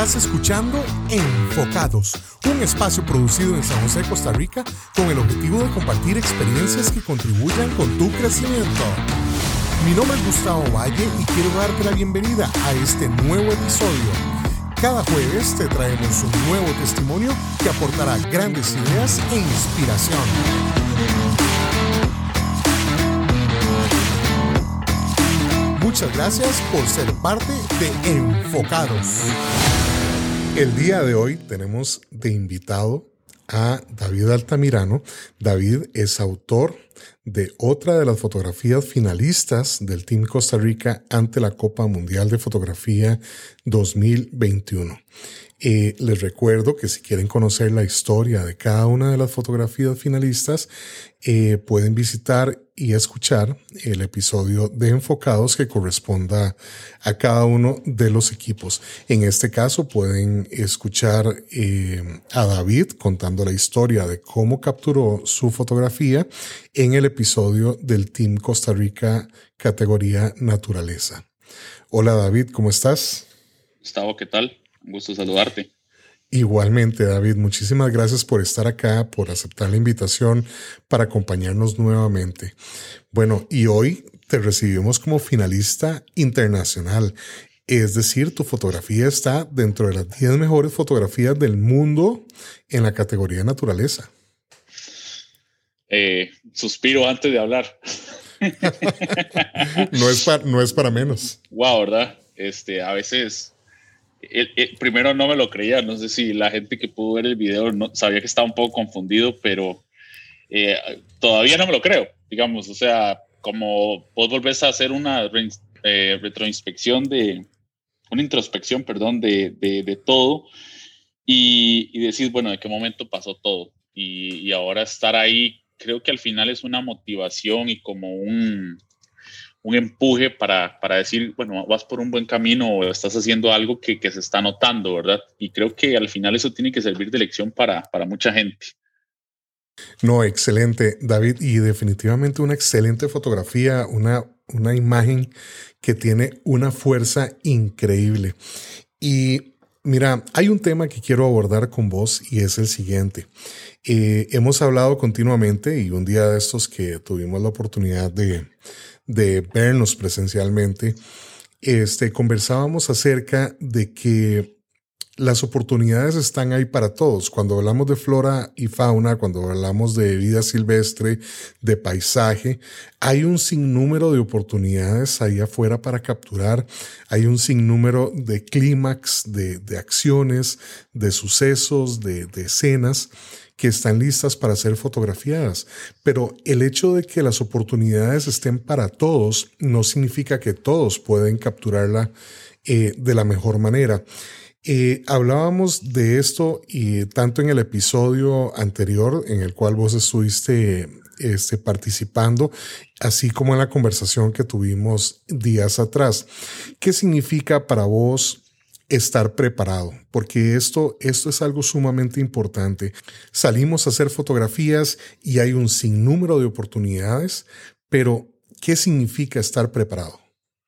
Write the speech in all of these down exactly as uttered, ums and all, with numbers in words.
Estás escuchando Enfocados, un espacio producido en San José, Costa Rica, con el objetivo de compartir experiencias que contribuyan con tu crecimiento. Mi nombre es Gustavo Valle y quiero darte la bienvenida a este nuevo episodio. Cada jueves te traemos un nuevo testimonio que aportará grandes ideas e inspiración. Muchas gracias por ser parte de Enfocados. El día de hoy tenemos de invitado a David Altamirano. David es autor de otra de las fotografías finalistas del Team Costa Rica ante la Copa Mundial de Fotografía dos mil veintiuno. Eh, les recuerdo que si quieren conocer la historia de cada una de las fotografías finalistas, eh, pueden visitar y escuchar el episodio de Enfocados que corresponda a cada uno de los equipos. En este caso pueden escuchar eh, a David contando la historia de cómo capturó su fotografía en el episodio del Team Costa Rica categoría Naturaleza. Hola David, ¿cómo estás? Gustavo, ¿qué tal? Un gusto saludarte. Igualmente, David, muchísimas gracias por estar acá, por aceptar la invitación para acompañarnos nuevamente. Bueno, y hoy te recibimos como finalista internacional, es decir, tu fotografía está dentro de las diez mejores fotografías del mundo en la categoría Naturaleza. Eh, suspiro antes de hablar. no, es para, no es para menos. Wow, ¿verdad? Este, a veces... El, el, primero no me lo creía, no sé si la gente que pudo ver el video no, sabía que estaba un poco confundido, pero eh, todavía no me lo creo, digamos, o sea, como vos volvés a hacer una re, eh, retroinspección de, una introspección, perdón, de, de, de todo y, y decís, bueno, ¿de qué momento pasó todo? Y, y ahora estar ahí, creo que al final es una motivación y como un... un empuje para, para decir, bueno, vas por un buen camino o estás haciendo algo que, que se está notando, ¿verdad? Y creo que al final eso tiene que servir de lección para, para mucha gente. No, excelente, David, y definitivamente una excelente fotografía, una, una imagen que tiene una fuerza increíble. Y mira, hay un tema que quiero abordar con vos y es el siguiente. Eh, hemos hablado continuamente y un día de estos que tuvimos la oportunidad de de vernos presencialmente, este, conversábamos acerca de que las oportunidades están ahí para todos. Cuando hablamos de flora y fauna, cuando hablamos de vida silvestre, de paisaje, hay un sinnúmero de oportunidades ahí afuera para capturar. Hay un sinnúmero de clímax, de, de acciones, de sucesos, de, de escenas que están listas para ser fotografiadas. Pero el hecho de que las oportunidades estén para todos no significa que todos pueden capturarla eh, de la mejor manera. Eh, hablábamos de esto y tanto en el episodio anterior en el cual vos estuviste este, participando, así como en la conversación que tuvimos días atrás. ¿Qué significa para vos estar preparado? Porque esto, esto es algo sumamente importante. Salimos a hacer fotografías y hay un sinnúmero de oportunidades, pero ¿qué significa estar preparado?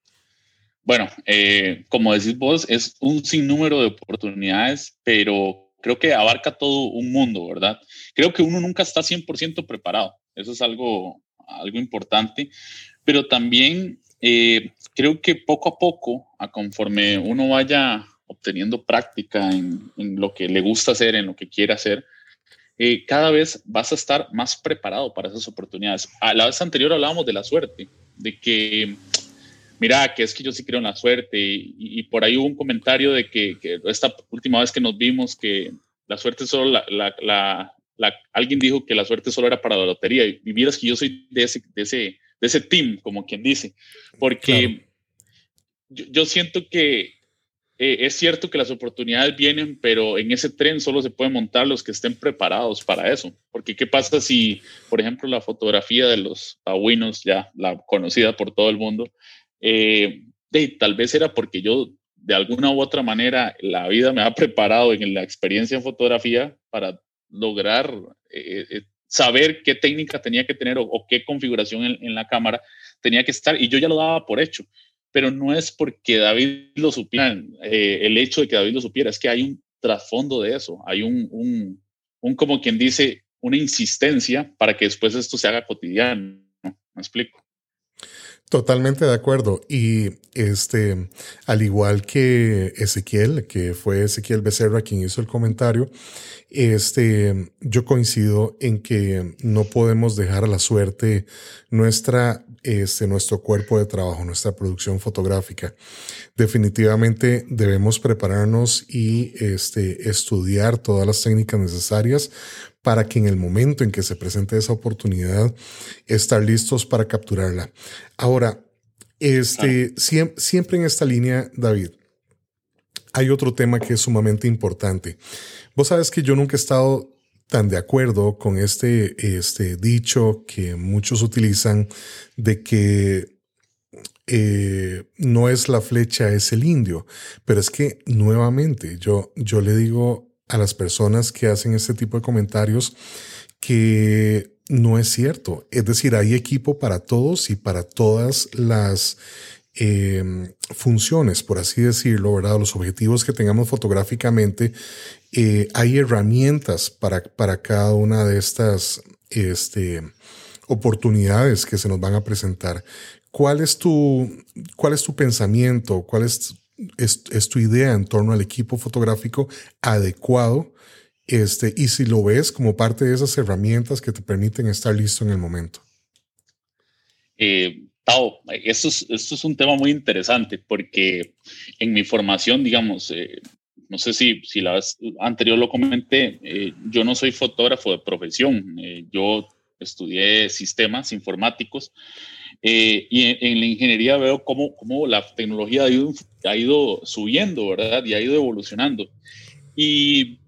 Bueno, eh, como decís vos, es un sinnúmero de oportunidades, pero creo que abarca todo un mundo, ¿verdad? Creo que uno nunca está cien por ciento preparado. Eso es algo, algo importante, pero también eh, creo que poco a poco, a conforme uno vaya obteniendo práctica en, en lo que le gusta hacer, en lo que quiere hacer, eh, cada vez vas a estar más preparado para esas oportunidades. A la vez anterior hablábamos de la suerte, de que, mira, que es que yo sí creo en la suerte, y, y por ahí hubo un comentario de que, que esta última vez que nos vimos, que la suerte solo la, la, la, la, alguien dijo que la suerte solo era para la lotería, y, y miras que yo soy de ese, de ese, de ese team, como quien dice, porque claro. yo, yo siento que eh, es cierto que las oportunidades vienen, pero en ese tren solo se pueden montar los que estén preparados para eso, porque ¿qué pasa si, por ejemplo, la fotografía de los pagüinos, ya la conocida por todo el mundo, eh, de, tal vez era porque yo de alguna u otra manera la vida me ha preparado en la experiencia en fotografía para lograr eh, eh, saber qué técnica tenía que tener o, o qué configuración en, en la cámara tenía que estar, y yo ya lo daba por hecho. pero no es porque David lo supiera, eh, el hecho de que David lo supiera, es que hay un trasfondo de eso, hay un, un, un, como quien dice, una insistencia para que después esto se haga cotidiano, ¿no? ¿Me explico? Totalmente de acuerdo. Y este, al igual que Ezequiel, que fue Ezequiel Becerra quien hizo el comentario, este, yo coincido en que no podemos dejar a la suerte nuestra, este, nuestro cuerpo de trabajo, nuestra producción fotográfica. Definitivamente debemos prepararnos y este, estudiar todas las técnicas necesarias para que en el momento en que se presente esa oportunidad, estar listos para capturarla. Ahora, este, siempre, siempre en esta línea, David, hay otro tema que es sumamente importante. Vos sabes que yo nunca he estado tan de acuerdo con este, este dicho que muchos utilizan de que eh, no es la flecha, es el indio. Pero es que nuevamente yo, yo le digo a las personas que hacen este tipo de comentarios que no es cierto. Es decir, hay equipo para todos y para todas las eh, funciones, por así decirlo, ¿verdad? Los objetivos que tengamos fotográficamente, eh, hay herramientas para, para cada una de estas este, oportunidades que se nos van a presentar. ¿Cuál es tu, cuál es tu pensamiento? ¿Cuál es Es, es tu idea en torno al equipo fotográfico adecuado, este, y si lo ves como parte de esas herramientas que te permiten estar listo en el momento? Eh, Tao, esto es, esto es un tema muy interesante porque en mi formación, digamos, eh, no sé si, si la vez anterior lo comenté, eh, yo no soy fotógrafo de profesión, eh, yo estudié sistemas informáticos. Eh, y en, en la ingeniería veo cómo, cómo la tecnología ha ido, ha ido subiendo, ¿verdad? Y ha ido evolucionando. Y,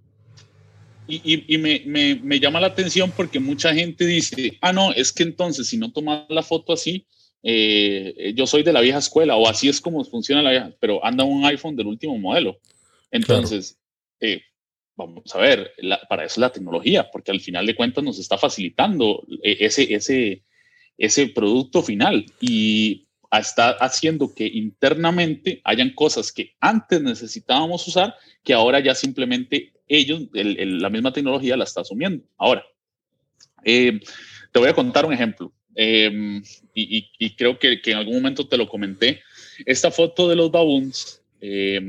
y, y me, me, me llama la atención porque mucha gente dice, ah, no, es que entonces si no tomas la foto así, eh, yo soy de la vieja escuela o así es como funciona la vieja, pero anda un iPhone del último modelo. Entonces, claro. eh, vamos a ver, la, para eso es la tecnología, porque al final de cuentas nos está facilitando ese... ese ese producto final y está haciendo que internamente hayan cosas que antes necesitábamos usar que ahora ya simplemente ellos, el, el, la misma tecnología la está asumiendo. Ahora, eh, te voy a contar un ejemplo eh, y, y, y creo que, que en algún momento te lo comenté. Esta foto de los baboons, eh,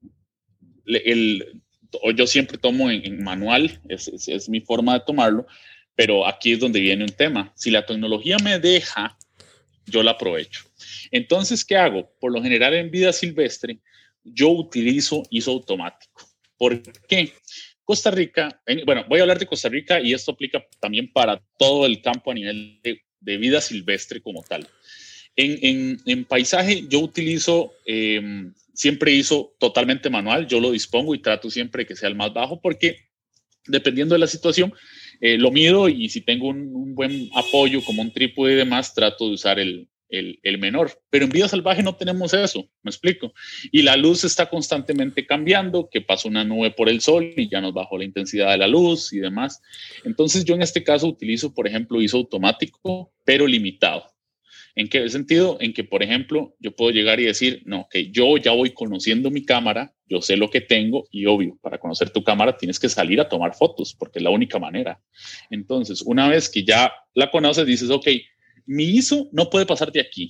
el, yo siempre tomo en, en manual, es, es, es mi forma de tomarlo. Pero aquí es donde viene un tema. Si la tecnología me deja, yo la aprovecho. Entonces, ¿qué hago? Por lo general en vida silvestre, yo utilizo I S O automático. ¿Por qué? Costa Rica, bueno, voy a hablar de Costa Rica y esto aplica también para todo el campo a nivel de, de vida silvestre como tal. En, en, en paisaje yo utilizo eh, siempre I S O totalmente manual, yo lo dispongo y trato siempre que sea el más bajo porque dependiendo de la situación, Eh, lo mido y si tengo un, un buen apoyo como un trípode y demás, trato de usar el, el, el menor. Pero en vida salvaje no tenemos eso, me explico. Y la luz está constantemente cambiando, que pasa una nube por el sol y ya nos bajó la intensidad de la luz y demás. Entonces yo en este caso utilizo, por ejemplo, I S O automático, pero limitado. ¿En qué sentido? En que, por ejemplo, yo puedo llegar y decir, no, que yo ya voy conociendo mi cámara, yo sé lo que tengo y obvio, para conocer tu cámara tienes que salir a tomar fotos porque es la única manera. Entonces, una vez que ya la conoces, dices, ok, mi I S O no puede pasar de aquí.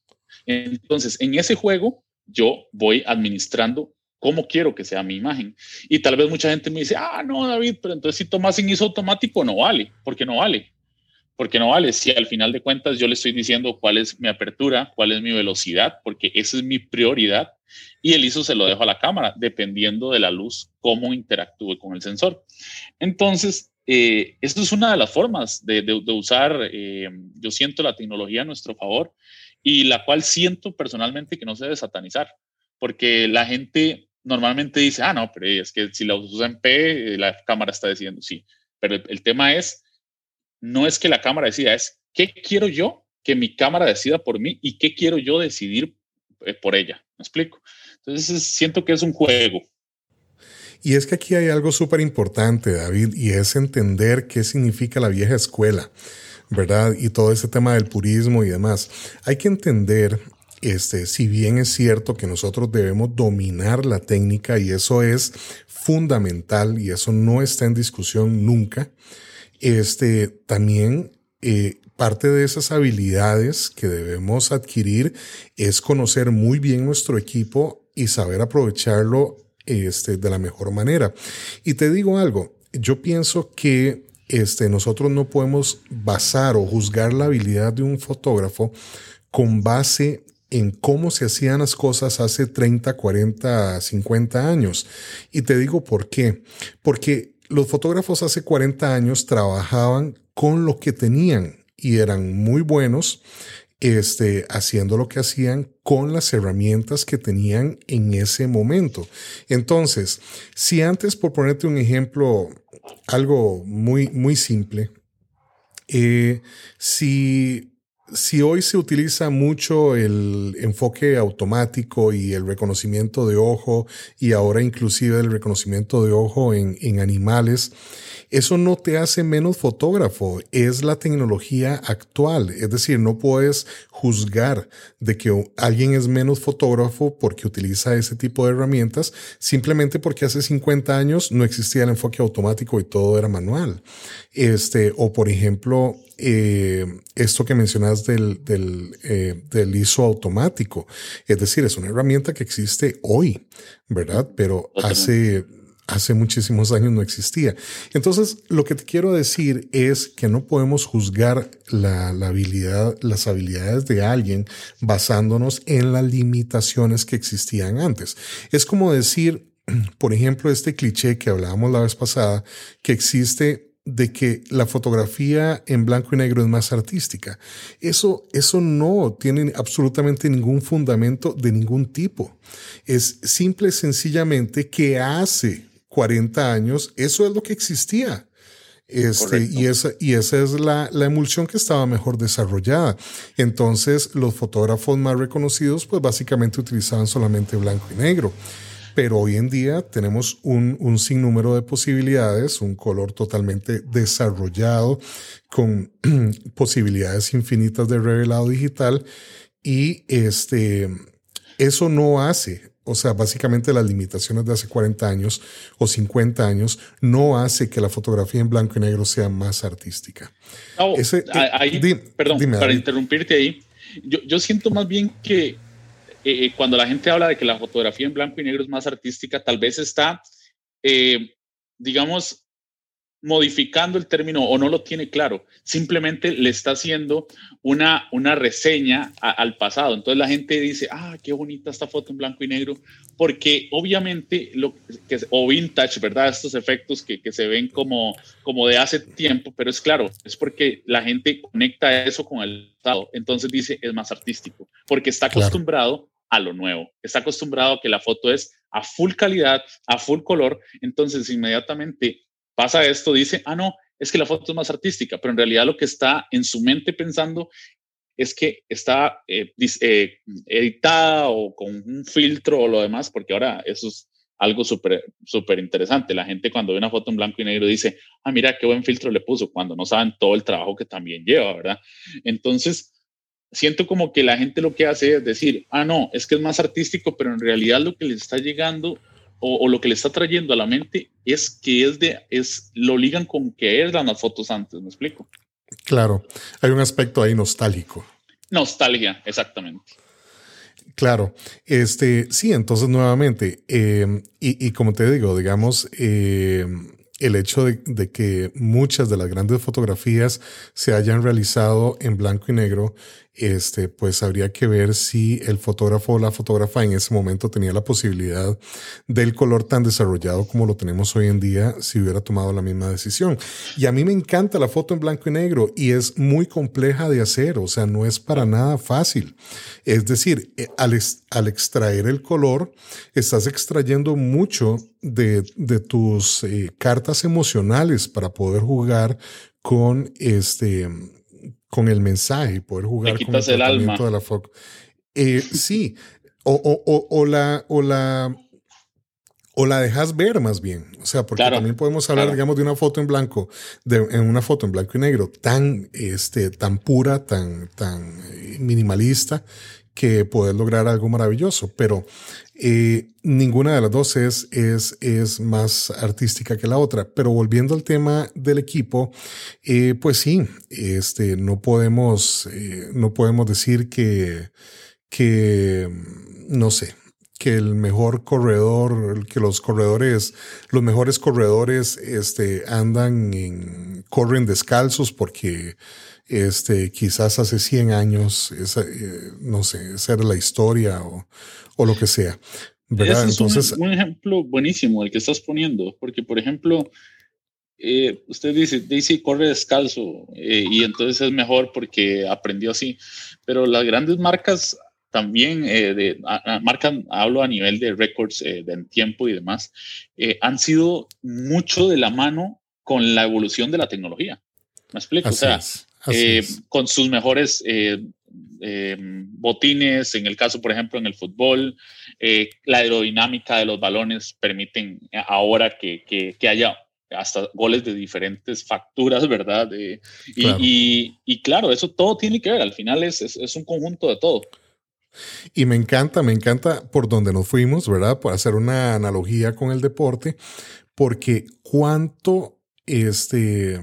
Entonces, en ese juego, yo voy administrando cómo quiero que sea mi imagen. Y tal vez mucha gente me dice, ah, no, David, pero entonces si tomas en I S O automático, no vale, porque no vale. Porque no vale, si al final de cuentas yo le estoy diciendo cuál es mi apertura, cuál es mi velocidad, porque esa es mi prioridad y el I S O se lo dejo a la cámara, dependiendo de la luz, cómo interactúe con el sensor. Entonces, eh, esto es una de las formas de, de, de usar, eh, yo siento la tecnología a nuestro favor y la cual siento personalmente que no se debe satanizar, porque la gente normalmente dice, ah, no, pero es que si la usa en P, la cámara está decidiendo, sí, pero el, el tema es, no es que la cámara decida, es qué quiero yo que mi cámara decida por mí y qué quiero yo decidir por ella. ¿Me explico? Entonces siento que es un juego. Y es que aquí hay algo súper importante, David, y es entender qué significa la vieja escuela, ¿verdad? Y todo ese tema del purismo y demás. Hay que entender Este, si bien es cierto que nosotros debemos dominar la técnica y eso es fundamental y eso no está en discusión nunca, este, también eh, parte de esas habilidades que debemos adquirir es conocer muy bien nuestro equipo y saber aprovecharlo este, de la mejor manera. Y te digo algo, yo pienso que este, nosotros no podemos basar o juzgar la habilidad de un fotógrafo con base en cómo se hacían las cosas hace treinta, cuarenta, cincuenta años. Y te digo por qué. Porque los fotógrafos hace cuarenta años trabajaban con lo que tenían y eran muy buenos este, haciendo lo que hacían con las herramientas que tenían en ese momento. Entonces, si antes, por ponerte un ejemplo, algo muy, muy simple, eh, si... Si hoy se utiliza mucho el enfoque automático y el reconocimiento de ojo y ahora inclusive el reconocimiento de ojo en, en animales, eso no te hace menos fotógrafo, es la tecnología actual. Es decir, no puedes juzgar de que alguien es menos fotógrafo porque utiliza ese tipo de herramientas, simplemente porque hace cincuenta años no existía el enfoque automático y todo era manual. Este, o por ejemplo, eh, esto que mencionas del, del, eh, del I S O automático. Es decir, es una herramienta que existe hoy, ¿verdad? Pero hace... Hace muchísimos años no existía. Entonces, lo que te quiero decir es que no podemos juzgar la, la habilidad, las habilidades de alguien basándonos en las limitaciones que existían antes. Es como decir, por ejemplo, este cliché que hablábamos la vez pasada, que existe de que la fotografía en blanco y negro es más artística. Eso, eso no tiene absolutamente ningún fundamento de ningún tipo. Es simple y sencillamente que hace cuarenta años, eso es lo que existía. Este, y esa, y esa es la, la emulsión que estaba mejor desarrollada. Entonces, los fotógrafos más reconocidos, pues básicamente utilizaban solamente blanco y negro. Pero hoy en día tenemos un, un sinnúmero de posibilidades, un color totalmente desarrollado, con posibilidades infinitas de revelado digital. Y este, eso no hace. O sea, básicamente las limitaciones de hace cuarenta años o cincuenta años no hace que la fotografía en blanco y negro sea más artística. No, Ese, ahí, eh, di, perdón, dime, para David. interrumpirte ahí, yo, yo siento más bien que eh, cuando la gente habla de que la fotografía en blanco y negro es más artística, tal vez está, eh, digamos, modificando el término o no lo tiene claro, simplemente le está haciendo una, una reseña a, al pasado. Entonces la gente dice, ah, qué bonita esta foto en blanco y negro, porque obviamente, lo que, o vintage, ¿verdad? Estos efectos que, que se ven como, como de hace tiempo, pero es claro, es porque la gente conecta eso con el pasado, entonces dice, es más artístico, porque está acostumbrado claro. a lo nuevo, está acostumbrado a que la foto es a full calidad, a full color, entonces inmediatamente pasa esto, dice, ah, no, es que la foto es más artística, pero en realidad lo que está en su mente pensando es que está eh, eh, editada o con un filtro o lo demás, porque ahora eso es algo súper súper interesante. La gente cuando ve una foto en blanco y negro dice, ah, mira qué buen filtro le puso, cuando no saben todo el trabajo que también lleva, ¿verdad? Entonces, siento como que la gente lo que hace es decir, ah, no, es que es más artístico, pero en realidad lo que le está llegando O, o lo que le está trayendo a la mente es que es de, es, lo ligan con que eran las fotos antes, ¿me explico? Claro, hay un aspecto ahí nostálgico. Nostalgia, exactamente. Claro, este, sí, entonces nuevamente, eh, y, y como te digo, digamos, eh, el hecho de, de que muchas de las grandes fotografías se hayan realizado en blanco y negro, este, pues habría que ver si el fotógrafo o la fotógrafa en ese momento tenía la posibilidad del color tan desarrollado como lo tenemos hoy en día, si hubiera tomado la misma decisión. Y a mí me encanta la foto en blanco y negro y es muy compleja de hacer, o sea, no es para nada fácil. Es decir, al, al extraer el color, estás extrayendo mucho de, de tus eh, cartas emocionales para poder jugar con este... con el mensaje, poder jugar con el tratamiento de la foto. Eh, sí, o, o, o, o, la, o, la, o la dejas ver más bien. O sea, porque claro, también podemos hablar, claro. digamos, de una foto en blanco, de en una foto en blanco y negro tan, este, tan pura, tan, tan minimalista, que poder lograr algo maravilloso, pero eh, ninguna de las dos es, es, es más artística que la otra. Pero volviendo al tema del equipo, eh, pues sí, este, no podemos, eh, no podemos decir que, que, no sé, que el mejor corredor, que los corredores, los mejores corredores, este, andan en, corren descalzos porque, este, quizás hace cien años, esa, eh, no sé, esa era la historia o, o lo que sea, ¿verdad? Ese es Entonces, un, un ejemplo buenísimo el que estás poniendo, porque, por ejemplo, eh, usted dice, Daisy corre descalzo eh, y entonces es mejor porque aprendió así, pero las grandes marcas también, eh, de, a, a, marcan, hablo a nivel de récords eh, de tiempo y demás, eh, han sido mucho de la mano con la evolución de la tecnología. ¿Me explico? Así o sea, es, así eh, es. con sus mejores eh, eh, botines, en el caso, por ejemplo, en el fútbol, eh, la aerodinámica de los balones permiten ahora que, que, que haya hasta goles de diferentes facturas, ¿verdad? Eh, y, Claro. Y, y claro, eso todo tiene que ver, al final es, es, es un conjunto de todo. Y me encanta, me encanta por donde nos fuimos, ¿verdad? Por hacer una analogía con el deporte, porque cuánto este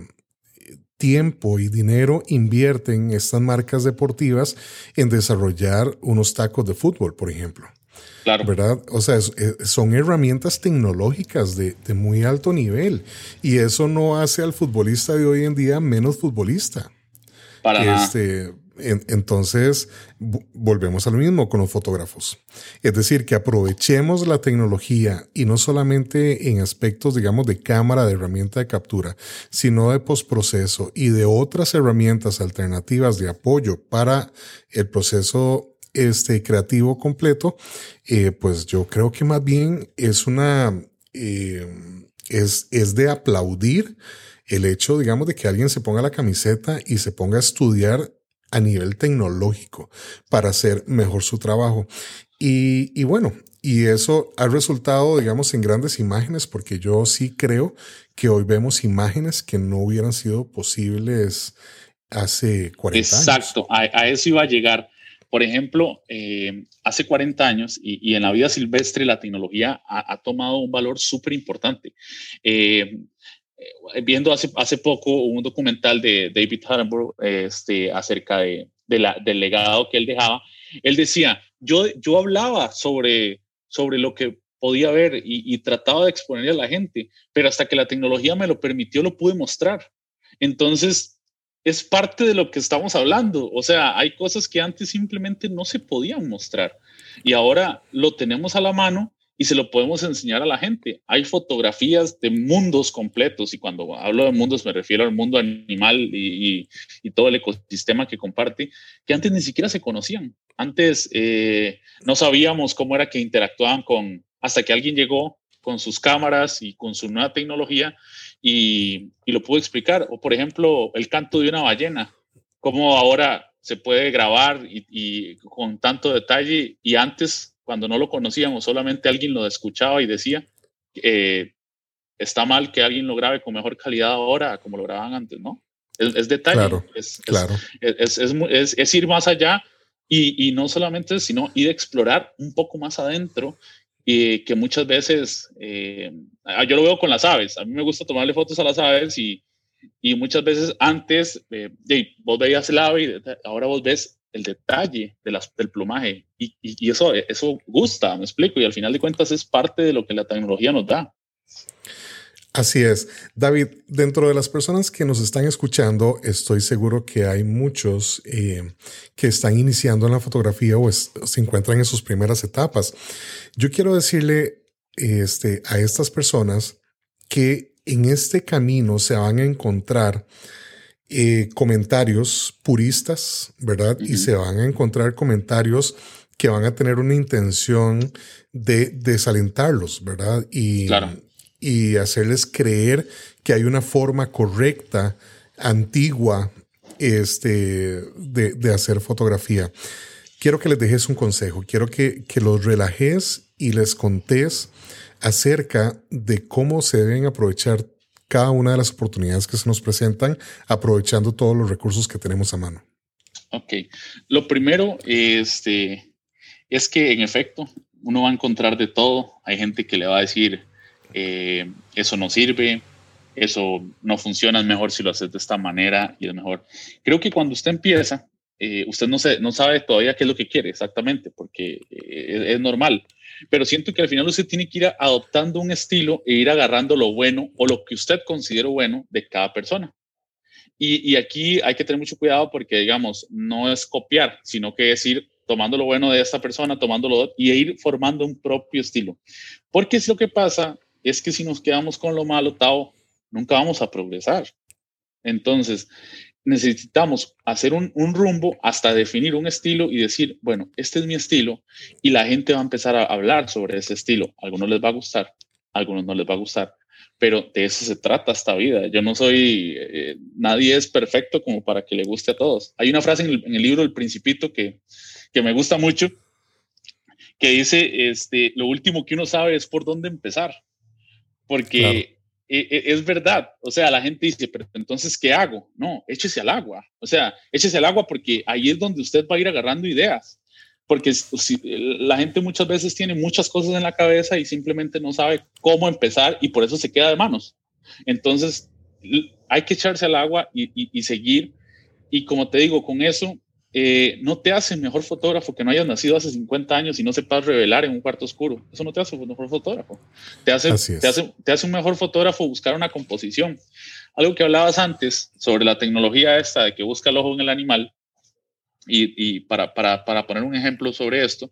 tiempo y dinero invierten estas marcas deportivas en desarrollar unos tacos de fútbol, por ejemplo. Claro. ¿Verdad? O sea, es, es, son herramientas tecnológicas de, de muy alto nivel y eso no hace al futbolista de hoy en día menos futbolista. Para este, en, entonces, volvemos a lo mismo con los fotógrafos. Es decir, que aprovechemos la tecnología y no solamente en aspectos, digamos, de cámara, de herramienta de captura, sino de postproceso y de otras herramientas alternativas de apoyo para el proceso este, creativo completo. Eh, pues yo creo que más bien es una, eh, es, es de aplaudir el hecho, digamos, de que alguien se ponga la camiseta y se ponga a estudiar a nivel tecnológico para hacer mejor su trabajo. Y, y bueno, y eso ha resultado, digamos, en grandes imágenes, porque yo sí creo que hoy vemos imágenes que no hubieran sido posibles hace cuarenta años. Exacto, a, a eso iba a llegar. Por ejemplo, eh, hace cuarenta años y, y en la vida silvestre la tecnología ha, ha tomado un valor súper importante. Eh, viendo hace, hace poco un documental de David Attenborough este, acerca de, de la, del legado que él dejaba, él decía, yo, yo hablaba sobre, sobre lo que podía ver y, y trataba de exponer a la gente, pero hasta que la tecnología me lo permitió, lo pude mostrar. Entonces, es parte de lo que estamos hablando. O sea, hay cosas que antes simplemente no se podían mostrar y ahora lo tenemos a la mano y se lo podemos enseñar a la gente. Hay fotografías de mundos completos y cuando hablo de mundos me refiero al mundo animal y, y, y todo el ecosistema que comparte, que antes ni siquiera se conocían. Antes eh, no sabíamos cómo era que interactuaban con, hasta que alguien llegó con sus cámaras y con su nueva tecnología y, y lo pudo explicar. O por ejemplo, el canto de una ballena, cómo ahora se puede grabar y, y con tanto detalle y antes cuando no lo conocíamos, solamente alguien lo escuchaba y decía, eh, está mal que alguien lo grabe con mejor calidad ahora, como lo grababan antes, ¿no? Es, es detalle, claro, es, claro. Es, es, es, es, es ir más allá y, y no solamente, sino ir a explorar un poco más adentro y que muchas veces, eh, yo lo veo con las aves, a mí me gusta tomarle fotos a las aves y, y muchas veces antes, eh, vos veías el ave y ahora vos ves el detalle de las, del plumaje y, y, y eso, eso gusta, me explico, y al final de cuentas es parte de lo que la tecnología nos da. Así es. David, dentro de las personas que nos están escuchando, estoy seguro que hay muchos eh, que están iniciando en la fotografía o, es, o se encuentran en sus primeras etapas. Yo quiero decirle este, a estas personas que en este camino se van a encontrar Eh, comentarios puristas, ¿verdad? Uh-huh. Y se van a encontrar comentarios que van a tener una intención de desalentarlos, ¿verdad? Y, claro. y hacerles creer que hay una forma correcta, antigua, este, de, de hacer fotografía. Quiero que les dejes un consejo, quiero que, que los relajes y les contés acerca de cómo se deben aprovechar cada una de las oportunidades que se nos presentan, aprovechando todos los recursos que tenemos a mano. Ok. Lo primero este, es que en efecto uno va a encontrar de todo. Hay gente que le va a decir, eh, eso no sirve, eso no funciona, es mejor si lo haces de esta manera y es mejor. Creo que cuando usted empieza, eh, usted no, se, no sabe todavía qué es lo que quiere exactamente, porque eh, es, es normal. Pero siento que al final usted tiene que ir adoptando un estilo e ir agarrando lo bueno o lo que usted considera bueno de cada persona. Y, y aquí hay que tener mucho cuidado porque, digamos, no es copiar, sino que es ir tomando lo bueno de esta persona, tomándolo y ir formando un propio estilo. Porque si lo que pasa es que si nos quedamos con lo malo, Tao, nunca vamos a progresar. Entonces, necesitamos hacer un, un rumbo hasta definir un estilo y decir, bueno, este es mi estilo y la gente va a empezar a hablar sobre ese estilo. A algunos les va a gustar, a algunos no les va a gustar, pero de eso se trata esta vida. Yo no soy, eh, nadie es perfecto como para que le guste a todos. Hay una frase en el, en el libro El Principito que, que me gusta mucho, que dice, este, lo último que uno sabe es por dónde empezar, porque... Claro. Es verdad, o sea, la gente dice, pero entonces, ¿qué hago? No, échese al agua, o sea, échese al agua porque ahí es donde usted va a ir agarrando ideas, porque si, la gente muchas veces tiene muchas cosas en la cabeza y simplemente no sabe cómo empezar y por eso se queda de manos. Entonces, hay que echarse al agua y, y, y seguir, y como te digo, con eso, eh, no te hace mejor fotógrafo que no hayas nacido hace cincuenta años y no sepas revelar en un cuarto oscuro. Eso no te hace un mejor fotógrafo. Te hace, te hace, te hace un mejor fotógrafo buscar una composición. Algo que hablabas antes sobre la tecnología esta de que busca el ojo en el animal, y, y para, para, para poner un ejemplo sobre esto,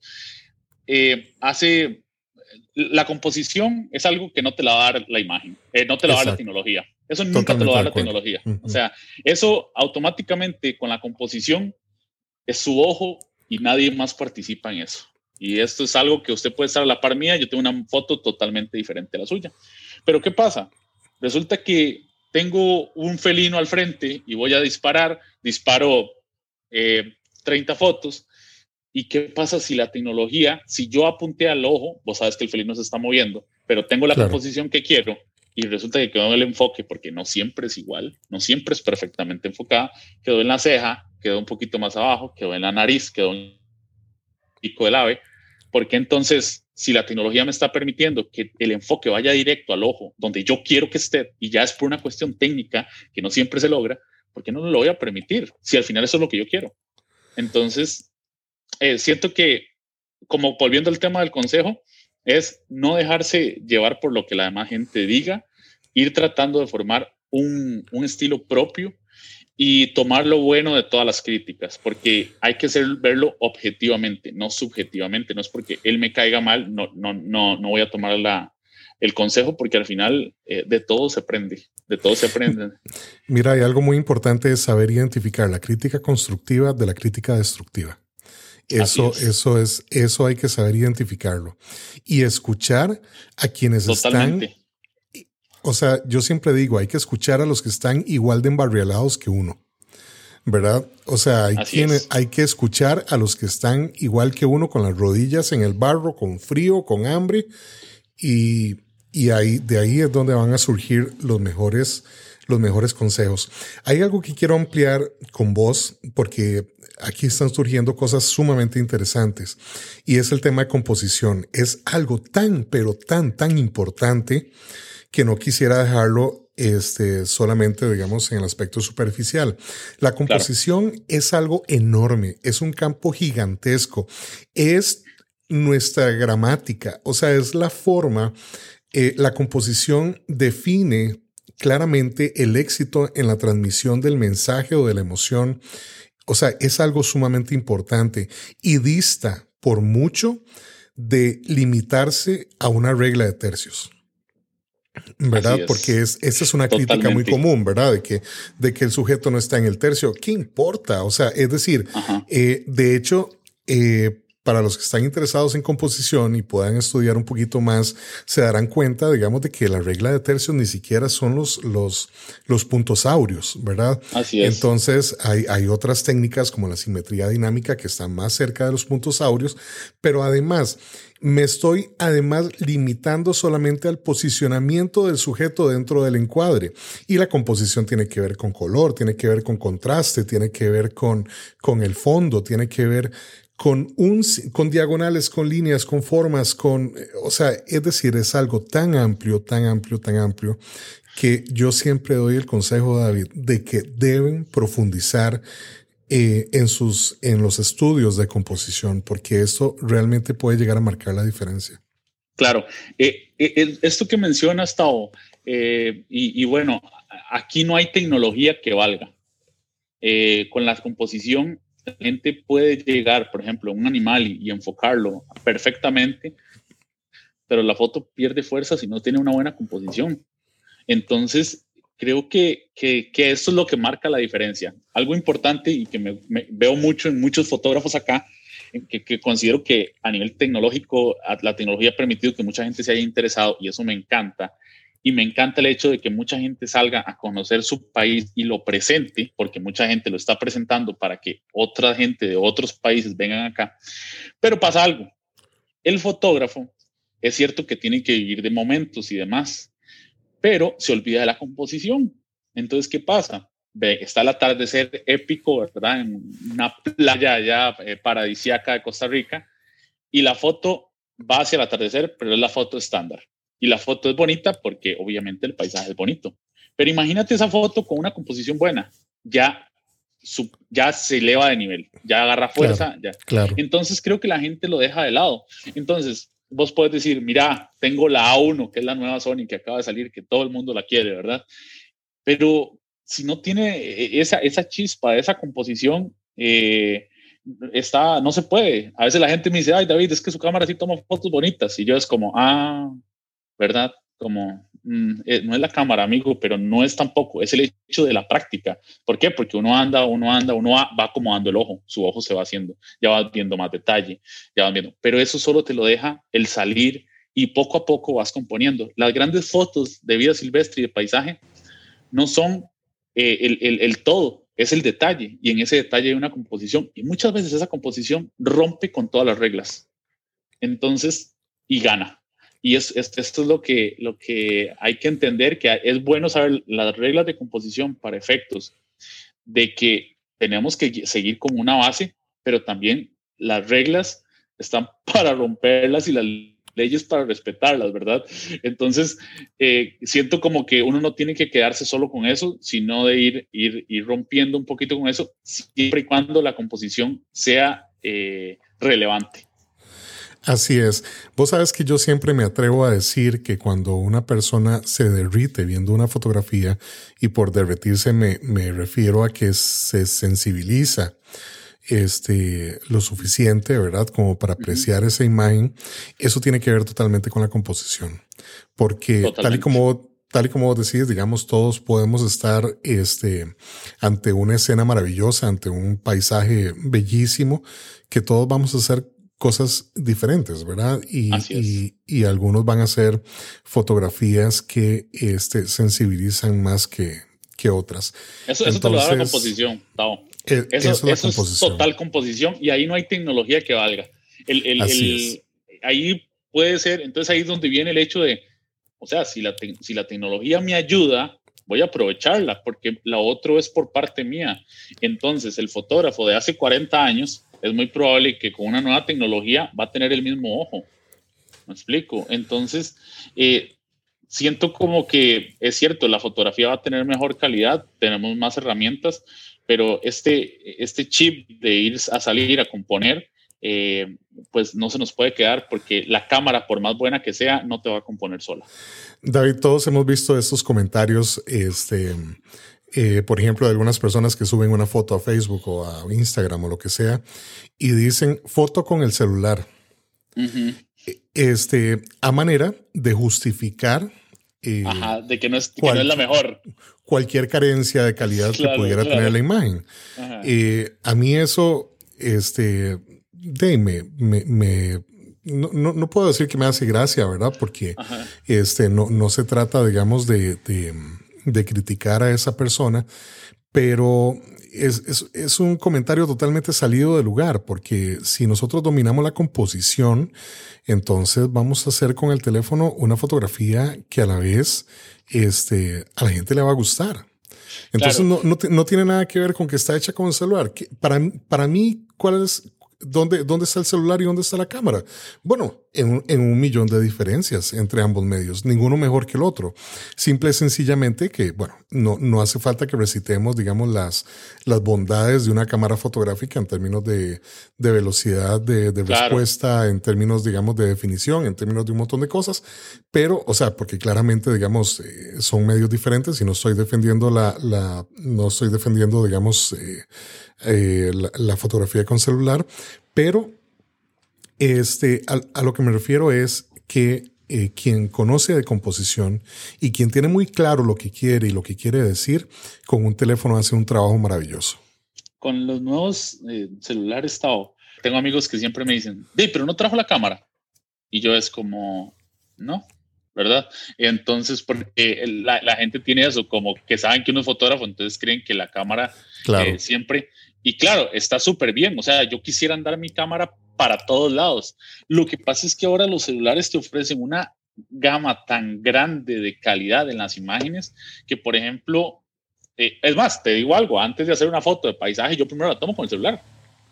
eh, hace... La composición es algo que no te la va a dar la imagen, eh, no te la va a dar la tecnología. Eso nunca Totalmente te lo va a dar la tecnología. Uh-huh. O sea, eso automáticamente con la composición es su ojo y nadie más participa en eso. Y esto es algo que usted puede estar a la par mía, yo tengo una foto totalmente diferente a la suya. Pero ¿qué pasa? Resulta que tengo un felino al frente y voy a disparar, disparo eh, treinta fotos. ¿Y qué pasa si la tecnología, si yo apunté al ojo, vos sabes que el felino se está moviendo, pero tengo la claro. composición que quiero y resulta que quedó en el enfoque, porque no siempre es igual, no siempre es perfectamente enfocada, quedó en la ceja, quedó un poquito más abajo, quedó en la nariz, quedó en el pico del ave, porque entonces, si la tecnología me está permitiendo que el enfoque vaya directo al ojo, donde yo quiero que esté, y ya es por una cuestión técnica que no siempre se logra, ¿por qué no lo voy a permitir? Si al final eso es lo que yo quiero. Entonces, Eh, siento que, como volviendo al tema del consejo, es no dejarse llevar por lo que la demás gente diga, ir tratando de formar un, un estilo propio y tomar lo bueno de todas las críticas, porque hay que ser, verlo objetivamente, no subjetivamente. No es porque él me caiga mal, no, no, no, no voy a tomar la, el consejo, porque al final eh, de todo se aprende, de todo se aprende. Mira, hay algo muy importante, es saber identificar la crítica constructiva de la crítica destructiva. Eso es. eso es, eso hay que saber identificarlo y escuchar a quienes Totalmente. están. O sea, yo siempre digo, hay que escuchar a los que están igual de embarrialados que uno, ¿verdad? O sea, hay, quienes, hay que escuchar a los que están igual que uno, con las rodillas en el barro, con frío, con hambre, y, y ahí, de ahí es donde van a surgir los mejores, los mejores consejos. Hay algo que quiero ampliar con vos, porque aquí están surgiendo cosas sumamente interesantes, y es el tema de composición. Es algo tan, pero tan, tan importante que no quisiera dejarlo este, solamente, digamos, en el aspecto superficial. La composición claro. es algo enorme, es un campo gigantesco, es nuestra gramática, o sea, es la forma, eh, la composición define claramente el éxito en la transmisión del mensaje o de la emoción. O sea, es algo sumamente importante y dista por mucho de limitarse a una regla de tercios, ¿verdad? Es. Porque es, esa es una Totalmente. crítica muy común, ¿verdad? De que, de que el sujeto no está en el tercio. ¿Qué importa? O sea, es decir, eh, de hecho, eh, para los que están interesados en composición y puedan estudiar un poquito más, se darán cuenta, digamos, de que la regla de tercios ni siquiera son los, los, los puntos áureos, ¿verdad? Así es. Entonces hay, hay otras técnicas como la simetría dinámica que están más cerca de los puntos áureos, pero además me estoy además limitando solamente al posicionamiento del sujeto dentro del encuadre. Y la composición tiene que ver con color, tiene que ver con contraste, tiene que ver con, con el fondo, tiene que ver con, un, con diagonales, con líneas, con formas, con, o sea, es decir, es algo tan amplio, tan amplio, tan amplio, que yo siempre doy el consejo, David, de que deben profundizar Eh, en sus en los estudios de composición, porque esto realmente puede llegar a marcar la diferencia. Claro, eh, eh, esto que mencionas, Tao, eh, y, y bueno, aquí no hay tecnología que valga. Eh, con la composición, la gente puede llegar, por ejemplo, a un animal y, y enfocarlo perfectamente, pero la foto pierde fuerza si no tiene una buena composición. Entonces, creo que, que, que esto es lo que marca la diferencia. Algo importante y que me, me veo mucho en muchos fotógrafos acá, que, que considero que a nivel tecnológico, la tecnología ha permitido que mucha gente se haya interesado y eso me encanta. Y me encanta el hecho de que mucha gente salga a conocer su país y lo presente, porque mucha gente lo está presentando para que otra gente de otros países vengan acá. Pero pasa algo. El fotógrafo es cierto que tiene que vivir de momentos y demás, pero se olvida de la composición. Entonces, ¿qué pasa? Ve, está el atardecer épico, ¿verdad? En una playa allá eh, paradisíaca de Costa Rica, y la foto va hacia el atardecer, pero es la foto estándar. Y la foto es bonita porque obviamente el paisaje es bonito. Pero imagínate esa foto con una composición buena. Ya, su, ya se eleva de nivel, ya agarra fuerza. Claro, ya. Claro. Entonces, creo que la gente lo deja de lado. Entonces, vos puedes decir, mira, tengo la A uno, que es la nueva Sony que acaba de salir, que todo el mundo la quiere, ¿verdad? Pero si no tiene esa, esa chispa, esa composición, eh, está, no se puede. A veces la gente me dice, ay, David, es que su cámara sí toma fotos bonitas. Y yo es como, ah, ¿verdad? Como, mm, eh, no es la cámara, amigo, pero no es tampoco, es el hecho de la práctica. ¿Por qué? Porque uno anda, uno anda, uno va, va acomodando el ojo, su ojo se va haciendo, ya vas viendo más detalle, ya vas viendo, pero eso solo te lo deja el salir y poco a poco vas componiendo. Las grandes fotos de vida silvestre y de paisaje no son eh, el, el, el todo, es el detalle, y en ese detalle hay una composición, y muchas veces esa composición rompe con todas las reglas. Entonces, y gana. Y es, es, esto es lo que, lo que hay que entender, que es bueno saber las reglas de composición para efectos de que tenemos que seguir como una base, pero también las reglas están para romperlas y las leyes para respetarlas, ¿verdad? Entonces, eh, siento como que uno no tiene que quedarse solo con eso, sino de ir, ir, ir rompiendo un poquito con eso, siempre y cuando la composición sea eh, relevante. Así es. Vos sabes que yo siempre me atrevo a decir que cuando una persona se derrite viendo una fotografía, y por derretirse me, me refiero a que se sensibiliza este, lo suficiente, ¿verdad? Como para apreciar esa imagen, eso tiene que ver totalmente con la composición. Porque totalmente. tal y como Tal y como vos decís, digamos, todos podemos estar este, ante una escena maravillosa, ante un paisaje bellísimo, que todos vamos a hacer cosas diferentes, ¿verdad? Y, y, y algunos van a hacer fotografías que este, sensibilizan más que, que otras. Eso, eso Entonces, te lo da la composición, Tao. El, eso eso, es, eso es total composición y ahí no hay tecnología que valga. El, el, el, ahí puede ser, entonces ahí es donde viene el hecho de, o sea, si la, te, si la tecnología me ayuda, voy a aprovecharla porque la otra es por parte mía. Entonces, el fotógrafo de hace cuarenta años es muy probable que con una nueva tecnología va a tener el mismo ojo. ¿Me explico? Entonces, eh, siento como que es cierto, la fotografía va a tener mejor calidad, tenemos más herramientas, pero este, este chip de ir a salir a componer, eh, pues no se nos puede quedar porque la cámara, por más buena que sea, no te va a componer sola. David, todos hemos visto estos comentarios, este... Eh, por ejemplo, de algunas personas que suben una foto a Facebook o a Instagram o lo que sea y dicen foto con el celular. Uh-huh. Este, a manera de justificar eh, Ajá, de que no, es, que cual, no es la mejor. Cualquier carencia de calidad claro, que pudiera claro. tener la imagen. Eh, a mí eso, este, de, me, me, me no, no, no puedo decir que me hace gracia, ¿verdad? Porque este, no, no se trata, digamos, de, de, de criticar a esa persona, pero es, es, es un comentario totalmente salido de lugar, porque si nosotros dominamos la composición, entonces vamos a hacer con el teléfono una fotografía que a la vez este, a la gente le va a gustar. Entonces claro. no, no, no tiene nada que ver con que está hecha con el celular. Para, para mí, ¿cuál es, dónde, ¿dónde está el celular y dónde está la cámara? Bueno, en, en un millón de diferencias entre ambos medios, ninguno mejor que el otro. Simple y sencillamente que, bueno, no, no hace falta que recitemos, digamos, las, las bondades de una cámara fotográfica en términos de, de velocidad de, de claro. respuesta, en términos, digamos, de definición, en términos de un montón de cosas, pero, o sea, porque claramente, digamos, eh, son medios diferentes y no estoy defendiendo la, la no estoy defendiendo, digamos, eh, eh, la, la fotografía con celular, pero Este, a, a lo que me refiero es que eh, quien conoce de composición y quien tiene muy claro lo que quiere y lo que quiere decir, con un teléfono hace un trabajo maravilloso. Con los nuevos eh, celulares, Tao, tengo amigos que siempre me dicen, hey, pero no trajo la cámara. Y yo es como, no, ¿verdad? Entonces, porque la, la gente tiene eso, como que saben que uno es fotógrafo, entonces creen que la cámara claro. eh, siempre... Y claro, está súper bien. O sea, yo quisiera andar mi cámara para todos lados. Lo que pasa es que ahora los celulares te ofrecen una gama tan grande de calidad en las imágenes que, por ejemplo, eh, es más, te digo algo, antes de hacer una foto de paisaje, yo primero la tomo con el celular.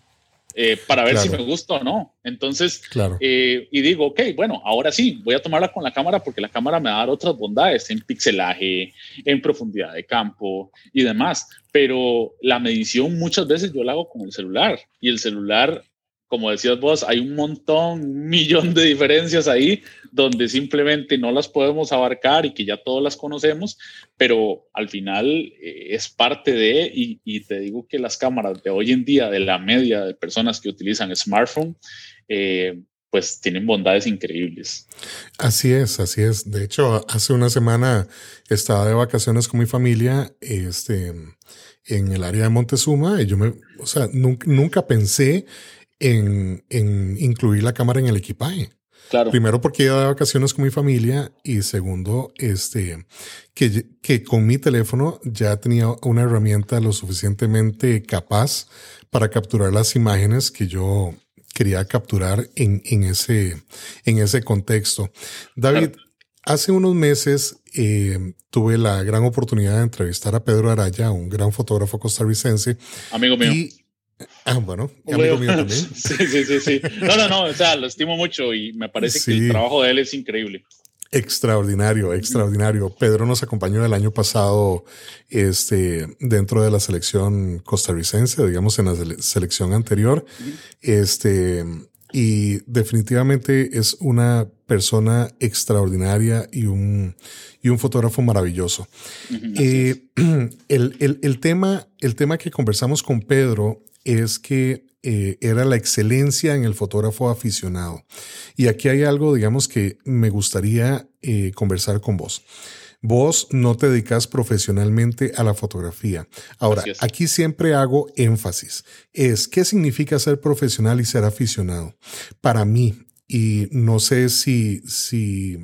Eh, para ver claro. si me gusta o no. Entonces, claro. eh, y digo, ok, bueno, ahora sí, voy a tomarla con la cámara porque la cámara me va a dar otras bondades en pixelaje, en profundidad de campo y demás. Pero la medición muchas veces yo la hago con el celular y el celular, como decías vos, hay un montón, un millón de diferencias ahí donde simplemente no las podemos abarcar y que ya todos las conocemos, pero al final eh, es parte de, y, y te digo que las cámaras de hoy en día, de la media de personas que utilizan smartphone, eh, pues tienen bondades increíbles. Así es, así es. De hecho, hace una semana estaba de vacaciones con mi familia este, en el área de Montezuma y yo me, o sea, nunca, nunca pensé En, en incluir la cámara en el equipaje. Claro. Primero porque iba de vacaciones con mi familia y segundo, este, que, que con mi teléfono ya tenía una herramienta lo suficientemente capaz para capturar las imágenes que yo quería capturar en, en, ese, en ese contexto. David, claro. Hace unos meses eh, tuve la gran oportunidad de entrevistar a Pedro Araya, un gran fotógrafo costarricense. Amigo mío. Y, Ah, bueno, amigo mío también. Sí, sí, sí, sí. No, no, no, o sea, lo estimo mucho y me parece sí. que el trabajo de él es increíble. Extraordinario, extraordinario. Pedro nos acompañó el año pasado este, dentro de la selección costarricense, digamos en la selección anterior. Uh-huh. Este, y definitivamente es una persona extraordinaria y un, y un fotógrafo maravilloso. Uh-huh. Eh, el, el, el, tema, el tema que conversamos con Pedro es que eh, era la excelencia en el fotógrafo aficionado. Y aquí hay algo, digamos, que me gustaría eh, conversar con vos. Vos no te dedicas profesionalmente a la fotografía. Ahora, aquí siempre hago énfasis. Es, ¿qué significa ser profesional y ser aficionado? Para mí, y no sé si... si